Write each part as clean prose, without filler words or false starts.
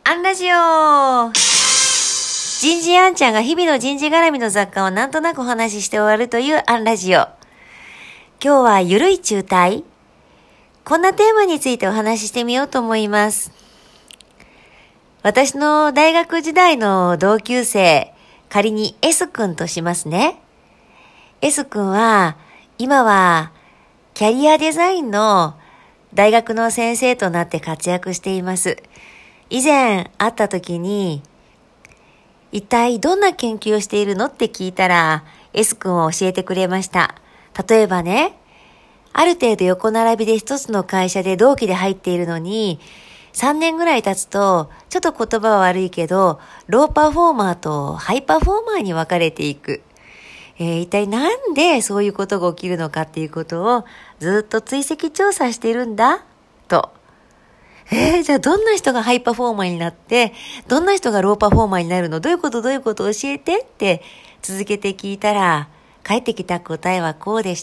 アンラジオ。人事アンちゃんが日々の人事絡みの雑貨をなんとなくお話しして終わるというアンラジオ。今日はゆるい中退？こんなテーマについてお話ししてみようと思います。私の大学時代の同級生、仮に S 君としますね。S 君は今はキャリアデザインの大学の先生となって活躍しています。以前会った時に、一体どんな研究をしているのって聞いたら、S 君は教えてくれました。例えばね、ある程度横並びで一つの会社で同期で入っているのに、3年ぐらい経つと、ちょっと言葉は悪いけど、ローパフォーマーとハイパフォーマーに分かれていく。一体なんでそういうことが起きるのかっていうことをずっと追跡調査しているんだと。じゃあどんな人がハイパフォーマーになって、どんな人がローパフォーマーになるの？どういうこと教えてって続けて聞いたら、返ってきた答えはこうでした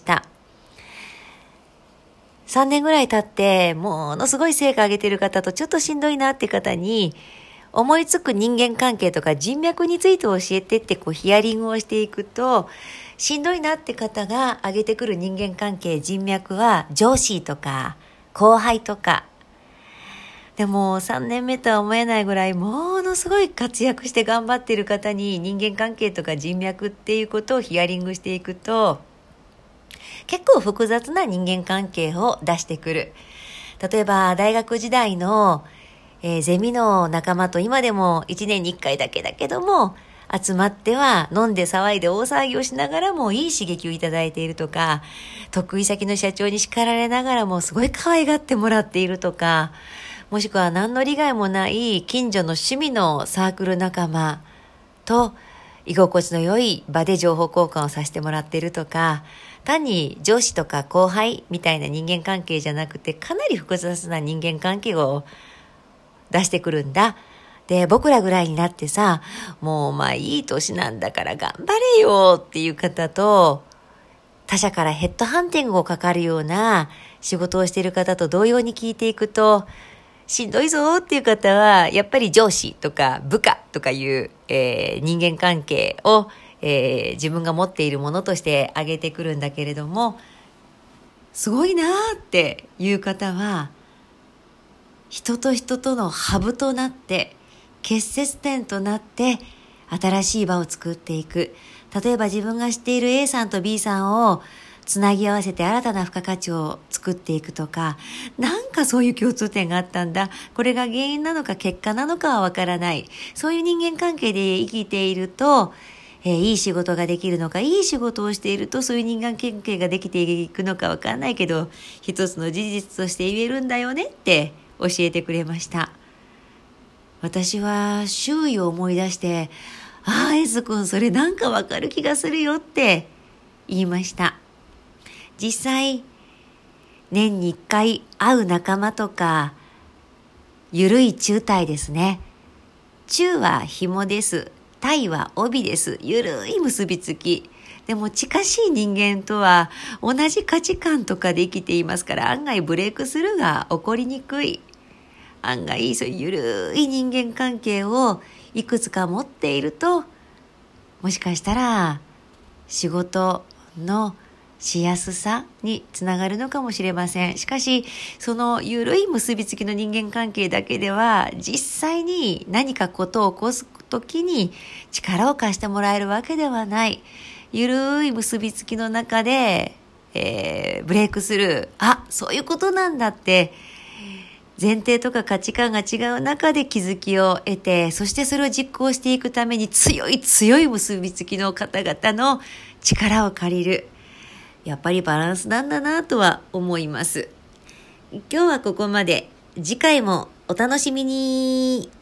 。3年ぐらい経って、ものすごい成果上げてる方とちょっとしんどいなって方に、思いつく人間関係とか人脈について教えてってヒアリングをしていくと、しんどいなって方が上げてくる人間関係、人脈は上司とか後輩とか。でも3年目とは思えないぐらいものすごい活躍して頑張っている方に人間関係とか人脈っていうことをヒアリングしていくと、結構複雑な人間関係を出してくる。例えば大学時代のゼミの仲間と今でも1年に1回だけだけども集まっては飲んで騒いで大騒ぎをしながらもいい刺激をいただいているとか、得意先の社長に叱られながらもすごい可愛がってもらっているとか、もしくは何の利害もない近所の趣味のサークル仲間と居心地の良い場で情報交換をさせてもらっているとか、単に上司とか後輩みたいな人間関係じゃなくて、かなり複雑な人間関係を出してくるんだ。で、僕らぐらいになってさ、もういい年なんだから頑張れよっていう方と、他社からヘッドハンティングをかかるような仕事をしている方と同様に聞いていくと、しんどいぞっていう方は、やっぱり上司とか部下とかいう、人間関係を、自分が持っているものとして挙げてくるんだけれども、すごいなーっていう方は、人と人とのハブとなって、結節点となって、新しい場を作っていく。例えば自分が知っている A さんと B さんをつなぎ合わせて新たな付加価値を作っていくとか、なんかそういう共通点があったんだ。これが原因なのか結果なのかはわからない。そういう人間関係で生きていると、いい仕事ができるのか、いい仕事をしているとそういう人間関係ができていくのかわからないけど、一つの事実として言えるんだよねって教えてくれました。私は周囲を思い出して、S 君それなんかわかる気がするよって言いました。実際、年に1回会う仲間とか、ゆるい中退ですね。中は紐です。退は帯です。ゆるい結びつき。でも近しい人間とは同じ価値観とかで生きていますから、案外ブレイクスルーが起こりにくい。案外そういうゆるい人間関係をいくつか持っていると、もしかしたら仕事のしやすさにつながるのかもしれません。しかし、そのゆるい結びつきの人間関係だけでは、実際に何かことを起こすときに力を貸してもらえるわけではない。ゆるい結びつきの中で、ブレイクスルー。そういうことなんだって、前提とか価値観が違う中で気づきを得て、そしてそれを実行していくために強い結びつきの方々の力を借りる。やっぱりバランスなんだなとは思います。今日はここまで。次回もお楽しみに。